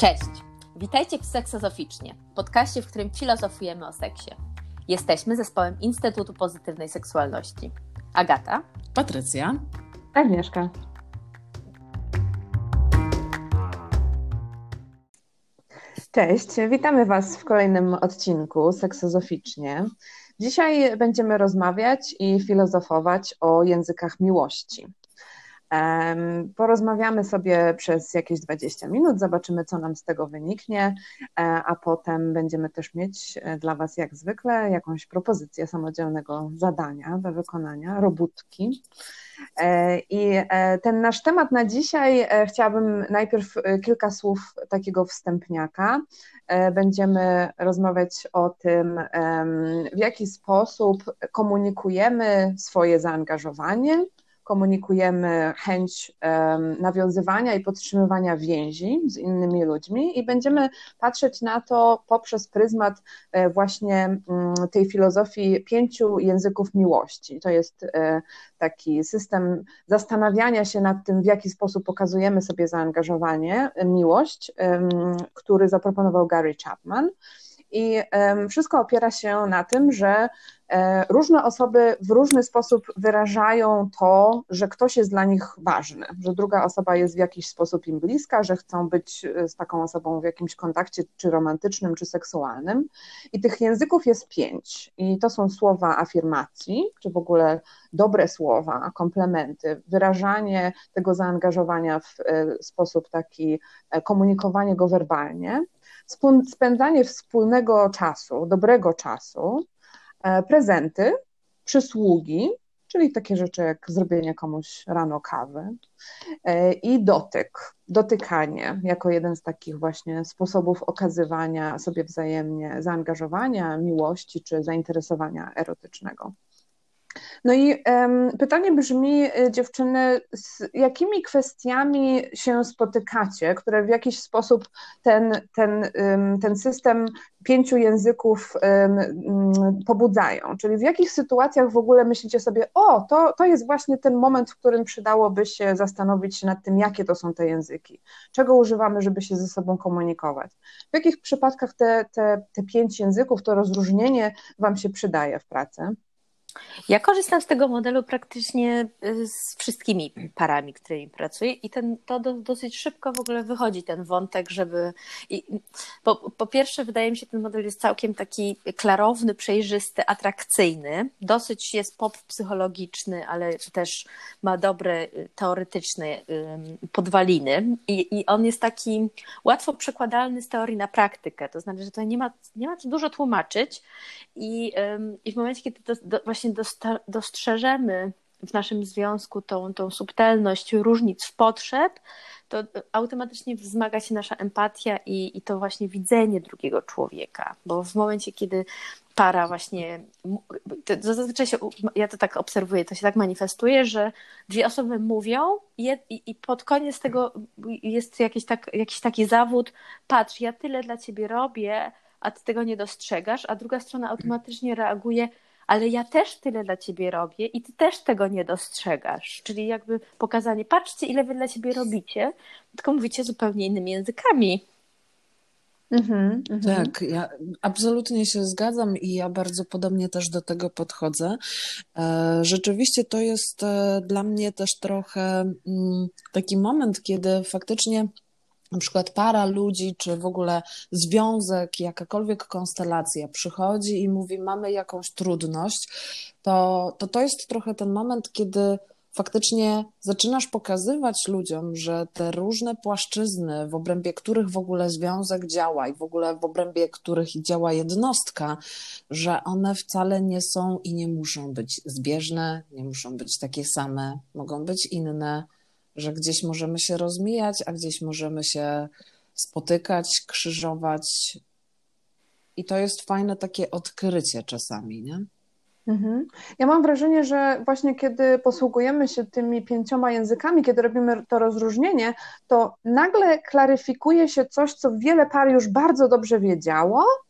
Cześć! Witajcie w Seksozoficznie, podcaście, w którym filozofujemy o seksie. Jesteśmy zespołem Instytutu Pozytywnej Seksualności. Agata, Patrycja, Agnieszka. Cześć, witamy Was w kolejnym odcinku Seksozoficznie. Dzisiaj będziemy rozmawiać i filozofować o językach miłości. Porozmawiamy sobie przez jakieś 20 minut, zobaczymy, co nam z tego wyniknie, a potem będziemy też mieć dla Was, jak zwykle, jakąś propozycję samodzielnego zadania do wykonania, robótki. I ten nasz temat na dzisiaj chciałabym najpierw kilka słów takiego wstępniaka. Będziemy rozmawiać o tym, w jaki sposób komunikujemy swoje zaangażowanie, komunikujemy chęć nawiązywania i podtrzymywania więzi z innymi ludźmi i będziemy patrzeć na to poprzez pryzmat właśnie tej filozofii 5 języków miłości. To jest taki system zastanawiania się nad tym, w jaki sposób pokazujemy sobie zaangażowanie, miłość, który zaproponował Gary Chapman. I wszystko opiera się na tym, że różne osoby w różny sposób wyrażają to, że ktoś jest dla nich ważny, że druga osoba jest w jakiś sposób im bliska, że chcą być z taką osobą w jakimś kontakcie czy romantycznym, czy seksualnym. I tych języków jest 5. I to są słowa afirmacji, czy w ogóle dobre słowa, komplementy, wyrażanie tego zaangażowania w sposób taki, komunikowanie go werbalnie, spędzanie wspólnego czasu, dobrego czasu, prezenty, przysługi, czyli takie rzeczy jak zrobienie komuś rano kawy i dotykanie jako jeden z takich właśnie sposobów okazywania sobie wzajemnie zaangażowania, miłości czy zainteresowania erotycznego. No i pytanie brzmi, dziewczyny, z jakimi kwestiami się spotykacie, które w jakiś sposób ten system 5 języków pobudzają? Czyli w jakich sytuacjach w ogóle myślicie sobie, to jest właśnie ten moment, w którym przydałoby się zastanowić się nad tym, jakie to są te języki, czego używamy, żeby się ze sobą komunikować? W jakich przypadkach te 5 języków, to rozróżnienie Wam się przydaje w pracy? Ja korzystam z tego modelu praktycznie z wszystkimi parami, którymi pracuję i dosyć szybko w ogóle wychodzi ten wątek, żeby... Po pierwsze, wydaje mi się, ten model jest całkiem taki klarowny, przejrzysty, atrakcyjny, dosyć jest psychologiczny, ale też ma dobre teoretyczne podwaliny i on jest taki łatwo przekładalny z teorii na praktykę, to znaczy, że to nie ma co dużo tłumaczyć i w momencie, kiedy właśnie dostrzeżemy w naszym związku tą subtelność różnic potrzeb, to automatycznie wzmaga się nasza empatia i to właśnie widzenie drugiego człowieka, bo w momencie, kiedy para właśnie, to zazwyczaj ja to tak obserwuję, to się tak manifestuje, że 2 osoby mówią i pod koniec tego jest jakiś taki zawód, patrz, ja tyle dla ciebie robię, a ty tego nie dostrzegasz, a druga strona automatycznie reaguje, ale ja też tyle dla ciebie robię i ty też tego nie dostrzegasz. Czyli jakby pokazanie, patrzcie, ile wy dla ciebie robicie, tylko mówicie zupełnie innymi językami. Tak, ja absolutnie się zgadzam i ja bardzo podobnie też do tego podchodzę. Rzeczywiście to jest dla mnie też trochę taki moment, kiedy faktycznie na przykład para ludzi, czy w ogóle związek, jakakolwiek konstelacja przychodzi i mówi, mamy jakąś trudność, to jest trochę ten moment, kiedy faktycznie zaczynasz pokazywać ludziom, że te różne płaszczyzny, w obrębie których w ogóle związek działa i w ogóle w obrębie których działa jednostka, że one wcale nie są i nie muszą być zbieżne, nie muszą być takie same, mogą być inne, że gdzieś możemy się rozmijać, a gdzieś możemy się spotykać, krzyżować. I to jest fajne takie odkrycie czasami, nie? Ja mam wrażenie, że właśnie kiedy posługujemy się tymi 5 językami, kiedy robimy to rozróżnienie, to nagle klaryfikuje się coś, co wiele par już bardzo dobrze wiedziało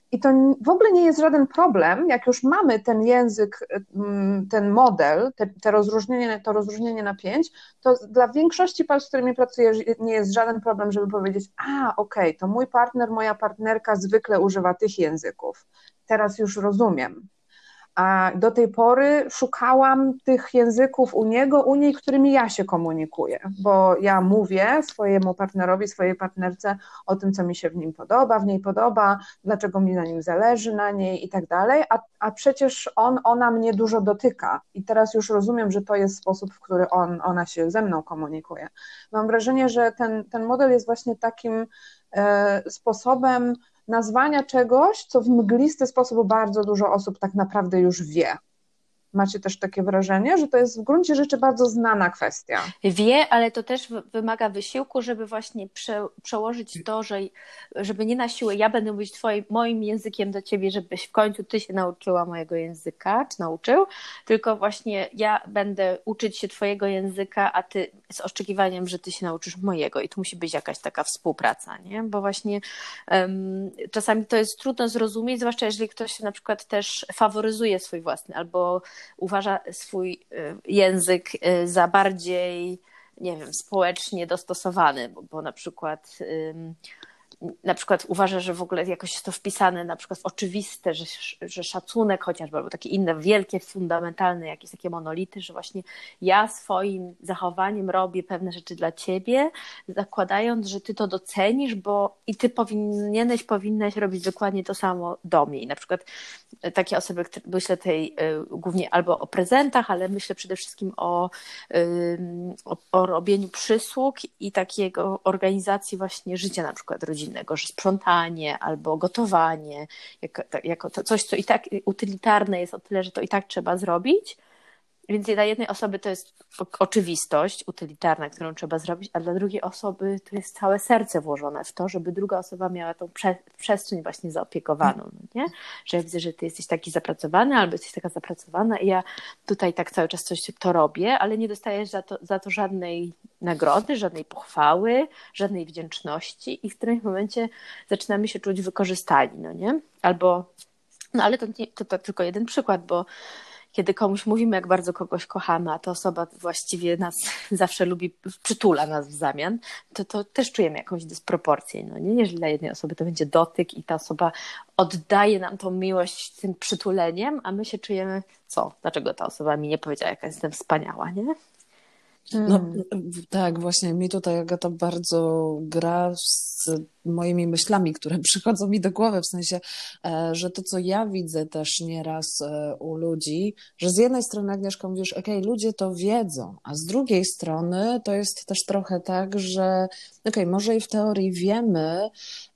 I to w ogóle nie jest żaden problem, jak już mamy ten język, ten model, to rozróżnienie na 5, to dla większości par, z którymi pracuję, nie jest żaden problem, żeby powiedzieć, okej, to mój partner, moja partnerka zwykle używa tych języków. Teraz już rozumiem. A do tej pory szukałam tych języków u niego, u niej, którymi ja się komunikuję, bo ja mówię swojemu partnerowi, swojej partnerce o tym, co mi się w nim podoba, w niej podoba, dlaczego mi na nim zależy, na niej i tak dalej, a przecież ona mnie dużo dotyka i teraz już rozumiem, że to jest sposób, w który ona się ze mną komunikuje. Mam wrażenie, że ten model jest właśnie takim sposobem nazwania czegoś, co w mglisty sposób bardzo dużo osób tak naprawdę już wie. Macie też takie wrażenie, że to jest w gruncie rzeczy bardzo znana kwestia? Wie, ale to też wymaga wysiłku, żeby właśnie przełożyć to, żeby nie na siłę ja będę mówić moim językiem do ciebie, żebyś w końcu ty się nauczyła mojego języka, czy nauczył, tylko właśnie ja będę uczyć się twojego języka, a ty z oczekiwaniem, że ty się nauczysz mojego i tu musi być jakaś taka współpraca, nie? Bo właśnie czasami to jest trudno zrozumieć, zwłaszcza jeżeli ktoś na przykład też faworyzuje swój własny albo uważa swój język za bardziej, nie wiem, społecznie dostosowany, bo na przykład uważa, że w ogóle jakoś jest to wpisane na przykład w oczywiste, że szacunek chociażby, albo takie inne wielkie, fundamentalne jakieś takie monolity, że właśnie ja swoim zachowaniem robię pewne rzeczy dla ciebie, zakładając, że ty to docenisz, i ty powinnaś robić dokładnie to samo do mnie. I na przykład takie osoby, które myślę tutaj głównie albo o prezentach, ale myślę przede wszystkim o robieniu przysług i takiego organizacji właśnie życia na przykład rodzinnego, że sprzątanie albo gotowanie jako coś, co i tak utylitarne jest o tyle, że to i tak trzeba zrobić. Więc dla jednej osoby to jest oczywistość utylitarna, którą trzeba zrobić, a dla drugiej osoby to jest całe serce włożone w to, żeby druga osoba miała tą przestrzeń właśnie zaopiekowaną, no nie? Że ja widzę, że ty jesteś taki zapracowany albo jesteś taka zapracowana i ja tutaj tak cały czas coś to robię, ale nie dostajesz za to żadnej nagrody, żadnej pochwały, żadnej wdzięczności i w którymś momencie zaczynamy się czuć wykorzystani, no nie? Ale to tylko jeden przykład, bo kiedy komuś mówimy, jak bardzo kogoś kochamy, a ta osoba właściwie nas zawsze lubi, przytula nas w zamian, to też czujemy jakąś dysproporcję. No nie? Jeżeli dla jednej osoby to będzie dotyk i ta osoba oddaje nam tą miłość tym przytuleniem, a my się czujemy, dlaczego ta osoba mi nie powiedziała, jaka jestem wspaniała, nie? No tak, właśnie mi tutaj Agata bardzo gra z moimi myślami, które przychodzą mi do głowy, w sensie, że to, co ja widzę też nieraz u ludzi, że z jednej strony, Agnieszka, mówisz, okej, ludzie to wiedzą, a z drugiej strony to jest też trochę tak, że może i w teorii wiemy,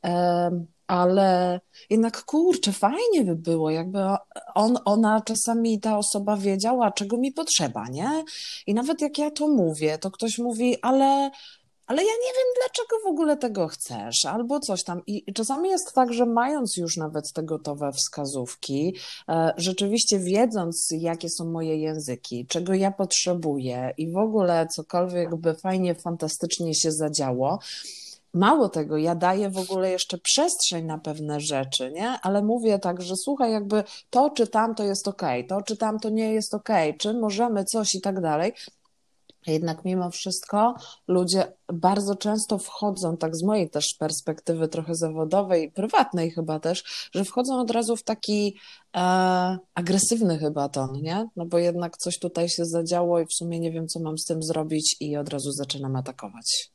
ale jednak kurczę, fajnie by było, jakby ona czasami, ta osoba wiedziała, czego mi potrzeba, nie? I nawet jak ja to mówię, to ktoś mówi, ale ja nie wiem, dlaczego w ogóle tego chcesz, albo coś tam. I czasami jest tak, że mając już nawet te gotowe wskazówki, rzeczywiście wiedząc, jakie są moje języki, czego ja potrzebuję i w ogóle cokolwiek by fajnie, fantastycznie się zadziało, mało tego, ja daję w ogóle jeszcze przestrzeń na pewne rzeczy, nie? Ale mówię tak, że słuchaj, jakby to czy tamto jest okej, to czy tamto nie jest okej, czy możemy coś i tak dalej. Jednak mimo wszystko ludzie bardzo często wchodzą, tak z mojej też perspektywy trochę zawodowej i prywatnej chyba też, że wchodzą od razu w taki agresywny chyba ton, nie? No bo jednak coś tutaj się zadziało i w sumie nie wiem, co mam z tym zrobić i od razu zaczynam atakować.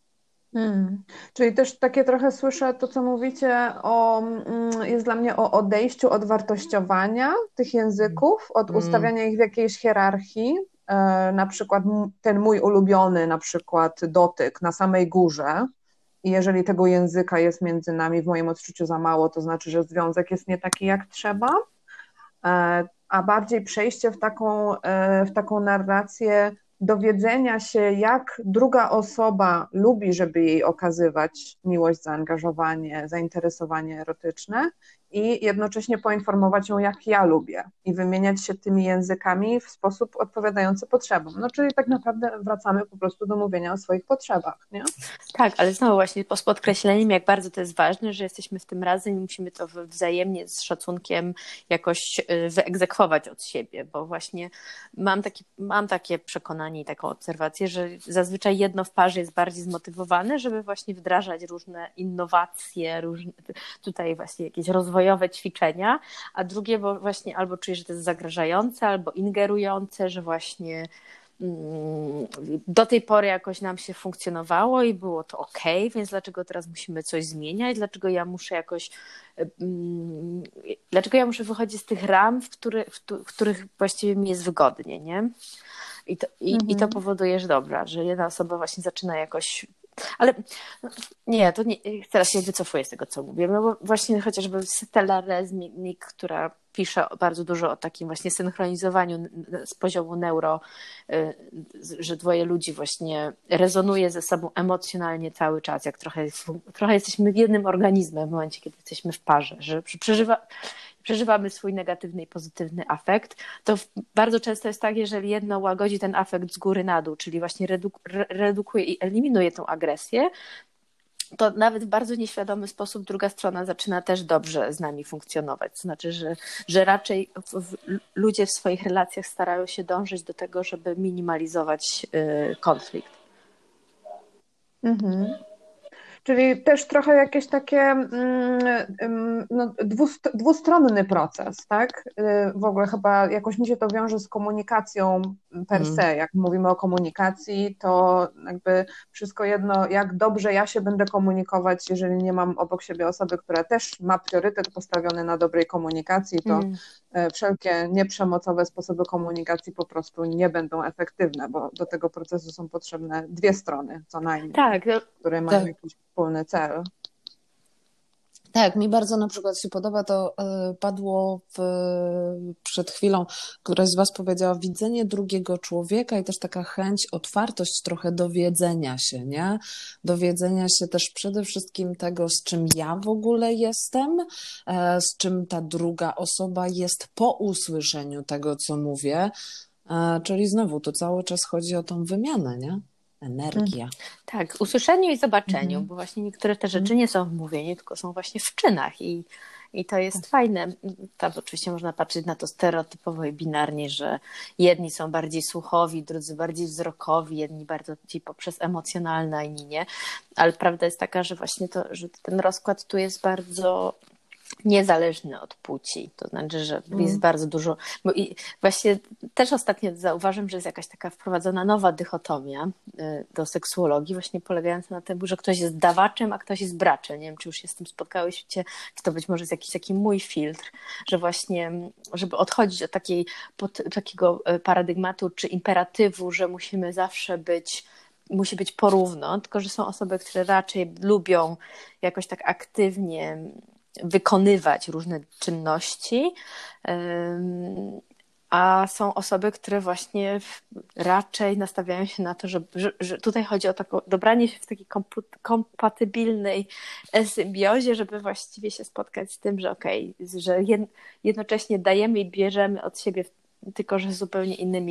Czyli też takie trochę słyszę to, co mówicie, jest dla mnie o odejściu od wartościowania tych języków, od ustawiania ich w jakiejś hierarchii. Na przykład ten mój ulubiony, na przykład dotyk na samej górze. I jeżeli tego języka jest między nami w moim odczuciu za mało, to znaczy, że związek jest nie taki jak trzeba. A bardziej przejście w taką narrację dowiedzenia się, jak druga osoba lubi, żeby jej okazywać miłość, zaangażowanie, zainteresowanie erotyczne i jednocześnie poinformować ją, jak ja lubię i wymieniać się tymi językami w sposób odpowiadający potrzebom. No czyli tak naprawdę wracamy po prostu do mówienia o swoich potrzebach, nie? Tak, ale znowu właśnie z podkreśleniem, jak bardzo to jest ważne, że jesteśmy w tym razem i musimy to wzajemnie z szacunkiem jakoś wyegzekwować od siebie, bo właśnie mam takie przekonanie i taką obserwację, że zazwyczaj jedno w parze jest bardziej zmotywowane, żeby właśnie wdrażać różne innowacje, tutaj właśnie jakieś rozwojowe ćwiczenia, a drugie, bo właśnie albo czuje, że to jest zagrażające, albo ingerujące, że właśnie do tej pory jakoś nam się funkcjonowało i było to okej, więc dlaczego teraz musimy coś zmieniać? Dlaczego ja muszę wychodzić z tych ram, w których właściwie mi jest wygodnie, nie? I to powoduje, że dobra, że jedna osoba właśnie zaczyna jakoś. Ale nie, to nie, teraz się wycofuję z tego, co mówię, no bo właśnie chociażby Stella Resnick, która pisze bardzo dużo o takim właśnie synchronizowaniu z poziomu neuro, że dwoje ludzi właśnie rezonuje ze sobą emocjonalnie cały czas, jak trochę jesteśmy jednym organizmem w momencie, kiedy jesteśmy w parze, że przeżywamy swój negatywny i pozytywny afekt, to bardzo często jest tak, jeżeli jedno łagodzi ten afekt z góry na dół, czyli właśnie redukuje i eliminuje tą agresję, to nawet w bardzo nieświadomy sposób druga strona zaczyna też dobrze z nami funkcjonować. To znaczy, że raczej ludzie w swoich relacjach starają się dążyć do tego, żeby minimalizować konflikt. Mhm. Czyli też trochę jakieś takie no, dwustronny proces, tak? W ogóle chyba jakoś mi się to wiąże z komunikacją per se. Jak mówimy o komunikacji, to jakby wszystko jedno, jak dobrze ja się będę komunikować, jeżeli nie mam obok siebie osoby, która też ma priorytet postawiony na dobrej komunikacji, to wszelkie nieprzemocowe sposoby komunikacji po prostu nie będą efektywne, bo do tego procesu są potrzebne dwie strony co najmniej, które mają jakiś wspólny cel. Tak, mi bardzo na przykład się podoba, to padło przed chwilą, któraś z Was powiedziała, widzenie drugiego człowieka i też taka chęć, otwartość trochę dowiedzenia się, nie? Dowiedzenia się też przede wszystkim tego, z czym ja w ogóle jestem, z czym ta druga osoba jest po usłyszeniu tego, co mówię, czyli znowu to cały czas chodzi o tą wymianę, nie? Energia. Tak, usłyszeniu i zobaczeniu, bo właśnie niektóre te rzeczy nie są w mówieniu, tylko są właśnie w czynach i to jest fajne. Tam oczywiście można patrzeć na to stereotypowo i binarnie, że jedni są bardziej słuchowi, drudzy bardziej wzrokowi, jedni bardziej poprzez emocjonalne, a inni nie. Ale prawda jest taka, że właśnie że ten rozkład tu jest bardzo niezależny od płci, to znaczy, że jest bardzo dużo, bo i właśnie też ostatnio zauważam, że jest jakaś taka wprowadzona nowa dychotomia do seksuologii, właśnie polegająca na tym, że ktoś jest dawaczem, a ktoś jest braczem. Nie wiem, czy już się z tym spotkałyście, czy to być może jest jakiś taki mój filtr, że właśnie, żeby odchodzić od takiego paradygmatu czy imperatywu, że musimy zawsze musi być porówno, tylko że są osoby, które raczej lubią jakoś tak aktywnie wykonywać różne czynności, a są osoby, które właśnie raczej nastawiają się na to, że tutaj chodzi o takie dobranie się w takiej kompatybilnej symbiozie, żeby właściwie się spotkać z tym, że że jednocześnie dajemy i bierzemy od siebie, tylko że zupełnie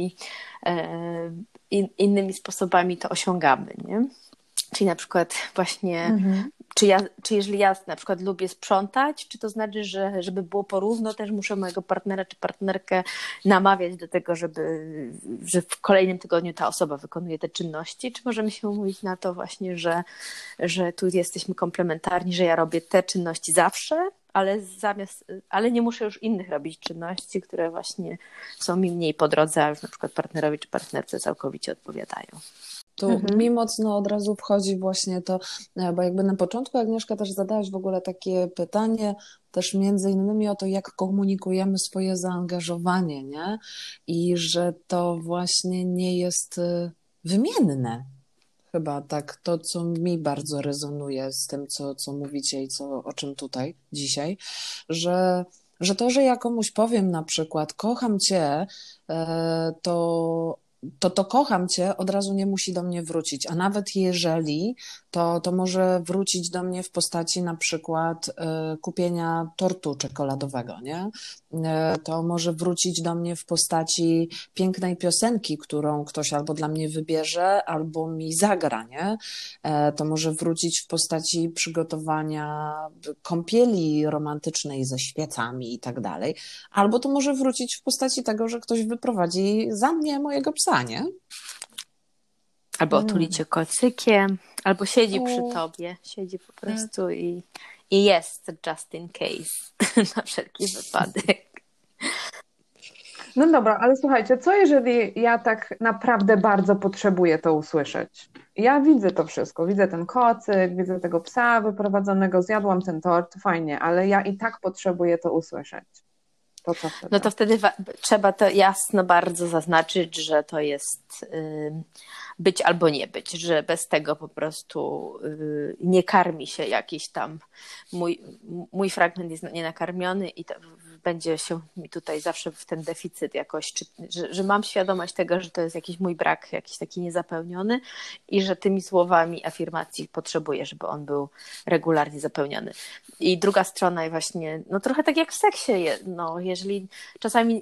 innymi sposobami to osiągamy, nie? Czyli na przykład właśnie, czy jeżeli ja na przykład lubię sprzątać, czy to znaczy, że żeby było porówno, też muszę mojego partnera czy partnerkę namawiać do tego, że w kolejnym tygodniu ta osoba wykonuje te czynności, czy możemy się umówić na to właśnie, że tu jesteśmy komplementarni, że ja robię te czynności zawsze, ale nie muszę już innych robić czynności, które właśnie są mi mniej po drodze, a już na przykład partnerowi czy partnerce całkowicie odpowiadają. Tu mi mocno od razu wchodzi właśnie to, bo jakby na początku, Agnieszka, też zadałaś w ogóle takie pytanie, też między innymi o to, jak komunikujemy swoje zaangażowanie, nie? I że to właśnie nie jest wymienne. Chyba tak, to co mi bardzo rezonuje z tym, co mówicie i o czym tutaj dzisiaj, że to, że ja komuś powiem na przykład, kocham cię, to to kocham cię od razu nie musi do mnie wrócić, a nawet jeżeli, to może wrócić do mnie w postaci na przykład kupienia tortu czekoladowego, nie? To może wrócić do mnie w postaci pięknej piosenki, którą ktoś albo dla mnie wybierze, albo mi zagra, nie? To może wrócić w postaci przygotowania kąpieli romantycznej ze świecami i tak dalej, albo to może wrócić w postaci tego, że ktoś wyprowadzi za mnie mojego psa, nie? Albo otuli cię kocykiem, albo siedzi przy tobie, siedzi po prostu i jest just in case, na wszelki wypadek. No dobra, ale słuchajcie, co jeżeli ja tak naprawdę bardzo potrzebuję to usłyszeć? Ja widzę to wszystko, widzę ten kocyk, widzę tego psa wyprowadzonego, zjadłam ten tort, fajnie, ale ja i tak potrzebuję to usłyszeć. To co wtedy? No to wtedy trzeba to jasno bardzo zaznaczyć, że to jest być albo nie być, że bez tego po prostu nie karmi się jakiś tam mój fragment jest nienakarmiony i będzie się mi tutaj zawsze w ten deficyt jakoś, że mam świadomość tego, że to jest jakiś mój brak, jakiś taki niezapełniony i że tymi słowami afirmacji potrzebuję, żeby on był regularnie zapełniony. I druga strona właśnie, no trochę tak jak w seksie, no jeżeli czasami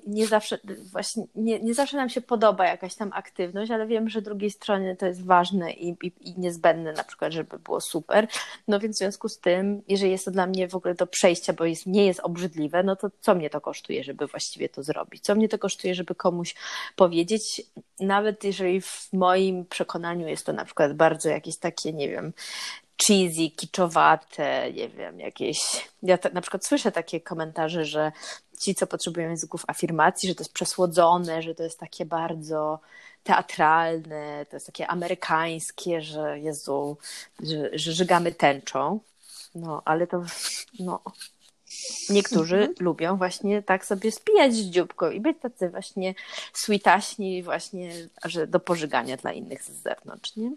nie zawsze nam się podoba jakaś tam aktywność, ale wiem, że drugiej stronie to jest ważne i niezbędne na przykład, żeby było super, no więc w związku z tym, jeżeli jest to dla mnie w ogóle do przejścia, bo nie jest obrzydliwe, no to co mnie to kosztuje, żeby właściwie to zrobić? Co mnie to kosztuje, żeby komuś powiedzieć, nawet jeżeli w moim przekonaniu jest to na przykład bardzo jakieś takie, nie wiem, cheesy, kiczowate, nie wiem, jakieś... Ja na przykład słyszę takie komentarze, że ci, co potrzebują języków afirmacji, że to jest przesłodzone, że to jest takie bardzo teatralne, to jest takie amerykańskie, że Jezu, że żygamy tęczą. No, ale to... No. Niektórzy lubią właśnie tak sobie spijać z dzióbką i być tacy właśnie sweetaśni właśnie, że do pożygania dla innych z zewnątrz, nie?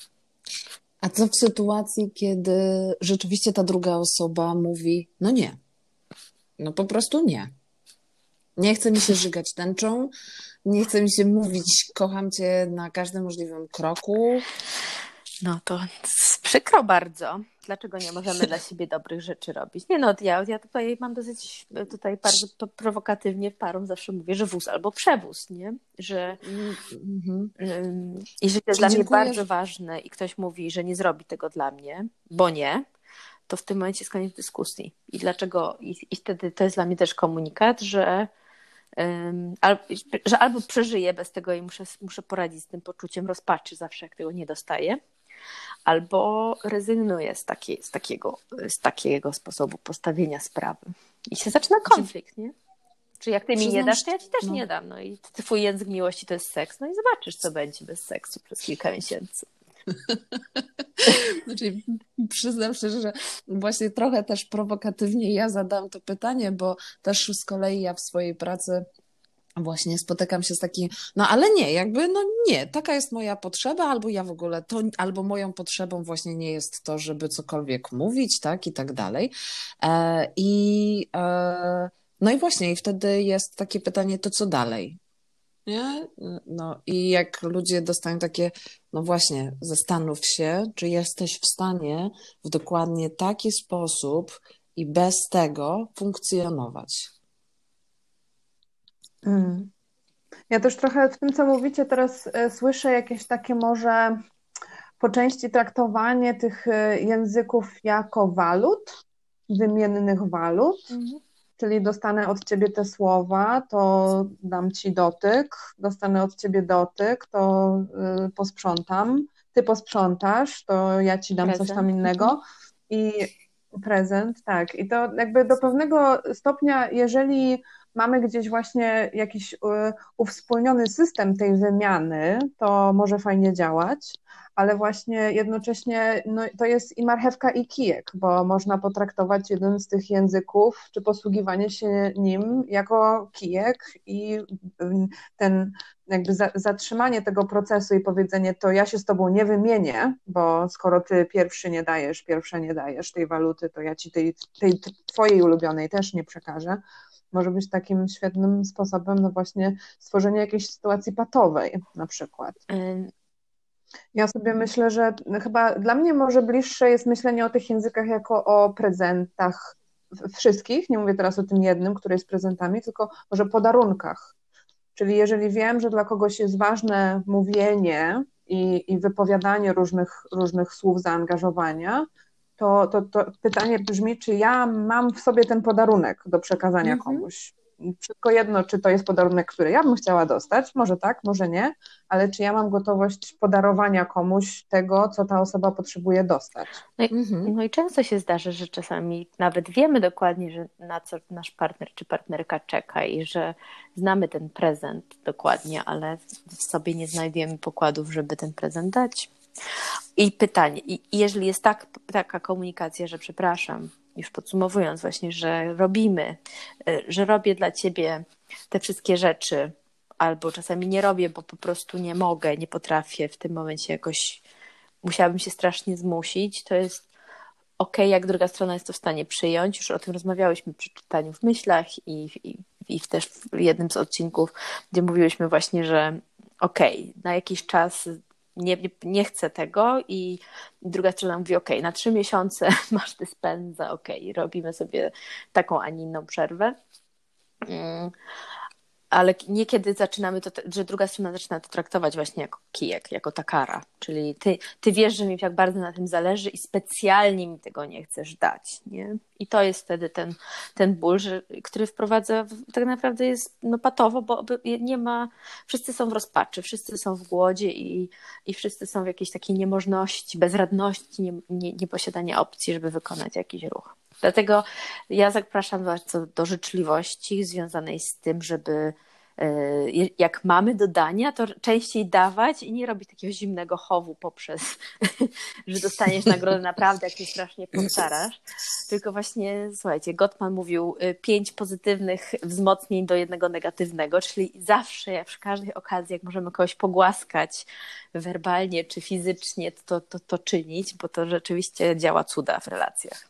A co w sytuacji, kiedy rzeczywiście ta druga osoba mówi, no nie, no po prostu nie. Nie chce mi się żygać tęczą, nie chce mi się mówić kocham cię na każdym możliwym kroku. No to przykro bardzo. Dlaczego nie możemy dla siebie dobrych rzeczy robić? Nie no, ja tutaj mam dosyć bardzo prowokatywnie parom zawsze mówię, że wóz albo przewóz, nie? Że jeżeli to jest dla mnie bardzo ważne i ktoś mówi, że nie zrobi tego dla mnie, bo nie, to w tym momencie jest koniec dyskusji. I dlaczego? I wtedy to jest dla mnie też komunikat, że albo przeżyję bez tego i muszę poradzić z tym poczuciem rozpaczy zawsze, jak tego nie dostaję, albo rezygnuję z takiego sposobu postawienia sprawy. I się zaczyna konflikt, nie? Czy jak ty mi nie dasz, to ja ci też nie dam. No i twój język miłości to jest seks. No i zobaczysz, co będzie bez seksu przez kilka miesięcy. Znaczy, przyznam szczerze, że właśnie trochę też prowokatywnie ja zadałam to pytanie, bo też z kolei ja w swojej pracy właśnie spotykam się z takim, no ale nie, jakby no nie, taka jest moja potrzeba, albo ja w ogóle to, albo moją potrzebą właśnie nie jest to, żeby cokolwiek mówić, tak, i tak dalej. No i właśnie, i wtedy jest takie pytanie, to co dalej? Nie? No i jak ludzie dostają takie, no właśnie, zastanów się, czy jesteś w stanie w dokładnie taki sposób i bez tego funkcjonować. Ja też trochę w tym, co mówicie, teraz słyszę jakieś takie może po części traktowanie tych języków jako walut, wymiennych walut. Czyli dostanę od ciebie te słowa, to dam ci dotyk, dostanę od ciebie dotyk, to posprzątam, ty posprzątasz, to ja ci dam coś tam innego i prezent, tak. I to jakby do pewnego stopnia, jeżeli mamy gdzieś właśnie jakiś uwspólniony system tej wymiany, to może fajnie działać, ale właśnie jednocześnie no, to jest i marchewka, i kijek, bo można potraktować jeden z tych języków, czy posługiwanie się nim jako kijek i ten jakby zatrzymanie tego procesu i powiedzenie, to ja się z tobą nie wymienię, bo skoro ty pierwsza nie dajesz tej waluty, to ja ci tej twojej ulubionej też nie przekażę. Może być takim świetnym sposobem, no właśnie stworzenie jakiejś sytuacji patowej na przykład. Ja sobie myślę, że chyba dla mnie może bliższe jest myślenie o tych językach jako o prezentach wszystkich, nie mówię teraz o tym jednym, który jest prezentami, tylko może podarunkach. Czyli jeżeli wiem, że dla kogoś jest ważne mówienie i wypowiadanie różnych słów zaangażowania, to pytanie brzmi, czy ja mam w sobie ten podarunek do przekazania komuś. Wszystko jedno, czy to jest podarunek, który ja bym chciała dostać, może tak, może nie, ale czy ja mam gotowość podarowania komuś tego, co ta osoba potrzebuje dostać. No i często się zdarzy, że czasami nawet wiemy dokładnie, że na co nasz partner czy partnerka czeka i że znamy ten prezent dokładnie, ale w sobie nie znajdujemy pokładów, żeby ten prezent dać. I pytanie, i jeżeli jest taka komunikacja, że przepraszam, już podsumowując właśnie, że robię dla ciebie te wszystkie rzeczy, albo czasami nie robię, bo po prostu nie mogę, nie potrafię w tym momencie jakoś, musiałabym się strasznie zmusić, to jest okej, jak druga strona jest to w stanie przyjąć. Już o tym rozmawiałyśmy przy czytaniu w myślach i też w jednym z odcinków, gdzie mówiłyśmy właśnie, że na jakiś czas nie chcę tego i druga strona mówi na 3 miesiące masz dyspensa, robimy sobie taką, a nie inną przerwę. Ale niekiedy zaczynamy to, że druga strona zaczyna to traktować właśnie jako kijek, jako ta kara. Czyli ty wiesz, że mi tak bardzo na tym zależy i specjalnie mi tego nie chcesz dać. Nie? I to jest wtedy ten ból, który wprowadza, tak naprawdę jest patowo, bo nie ma, wszyscy są w rozpaczy, wszyscy są w głodzie i wszyscy są w jakiejś takiej niemożności, bezradności, nieposiadania opcji, żeby wykonać jakiś ruch. Dlatego ja zapraszam bardzo do życzliwości związanej z tym, żeby jak mamy do dania, to częściej dawać i nie robić takiego zimnego chowu poprzez, że dostaniesz nagrodę naprawdę, jak się strasznie postarasz. Tylko właśnie, słuchajcie, Gottman mówił 5 pozytywnych wzmocnień do 1 negatywnego, czyli zawsze, przy każdej okazji, jak możemy kogoś pogłaskać werbalnie czy fizycznie, to czynić, bo to rzeczywiście działa cuda w relacjach.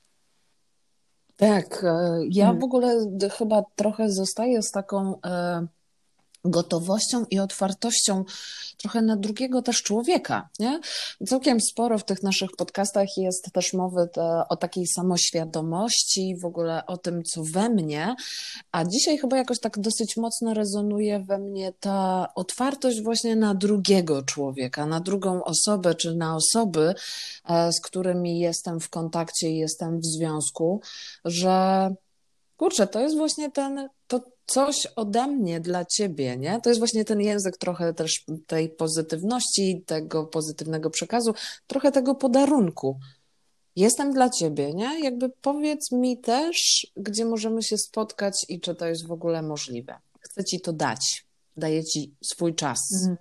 Tak, ja w ogóle chyba trochę zostaję z taką gotowością i otwartością trochę na drugiego też człowieka, nie? Całkiem sporo w tych naszych podcastach jest też mowy o takiej samoświadomości, w ogóle o tym, co we mnie, a dzisiaj chyba jakoś tak dosyć mocno rezonuje we mnie ta otwartość właśnie na drugiego człowieka, na drugą osobę, czy na osoby, z którymi jestem w kontakcie i jestem w związku, że kurczę, to jest właśnie to coś ode mnie dla ciebie, nie? To jest właśnie ten język trochę też tej pozytywności, tego pozytywnego przekazu, trochę tego podarunku. Jestem dla ciebie, nie? Jakby powiedz mi też, gdzie możemy się spotkać i czy to jest w ogóle możliwe. Chcę ci to dać. Daję ci swój czas.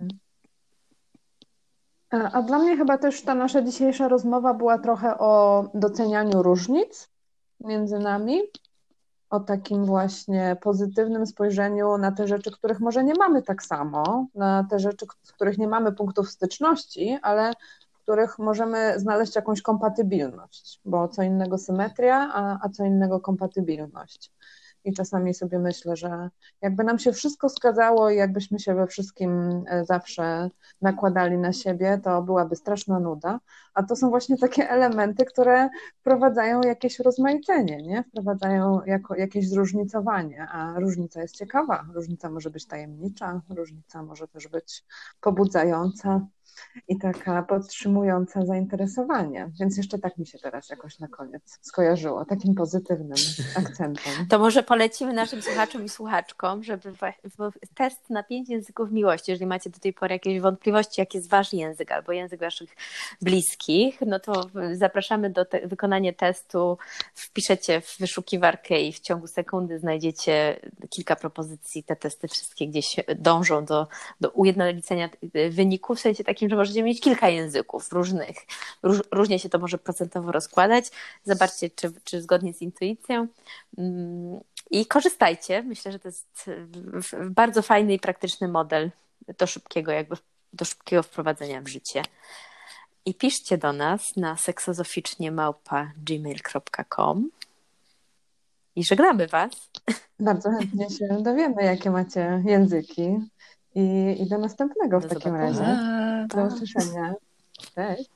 A dla mnie chyba też ta nasza dzisiejsza rozmowa była trochę o docenianiu różnic między nami, o takim właśnie pozytywnym spojrzeniu na te rzeczy, których może nie mamy tak samo, na te rzeczy, z których nie mamy punktów styczności, ale w których możemy znaleźć jakąś kompatybilność, bo co innego symetria, a co innego kompatybilność. I czasami sobie myślę, że jakby nam się wszystko zgadzało i jakbyśmy się we wszystkim zawsze nakładali na siebie, to byłaby straszna nuda. A to są właśnie takie elementy, które wprowadzają jakieś rozmaicenie, nie? Wprowadzają jakieś zróżnicowanie, a różnica jest ciekawa. Różnica może być tajemnicza, różnica może też być pobudzająca i taka podtrzymująca zainteresowanie. Więc jeszcze tak mi się teraz jakoś na koniec skojarzyło, takim pozytywnym akcentem. To może polecimy naszym słuchaczom i słuchaczkom, żeby test na 5 języków miłości, jeżeli macie do tej pory jakieś wątpliwości, jaki jest wasz język albo język waszych bliskich, no to zapraszamy do wykonania testu. Wpiszecie w wyszukiwarkę i w ciągu sekundy znajdziecie kilka propozycji. Te testy wszystkie gdzieś dążą do ujednolicenia wyników, w sensie takim, że możecie mieć kilka języków różnych. Różnie się to może procentowo rozkładać. Zobaczcie, czy zgodnie z intuicją. I korzystajcie. Myślę, że to jest bardzo fajny i praktyczny model do szybkiego wprowadzenia w życie. I piszcie do nas na seksozoficznie@gmail.com. I żegnamy Was. Bardzo chętnie się dowiemy, jakie macie języki i do następnego w Do takim zobaczenia. razie. Do usłyszenia. Cześć.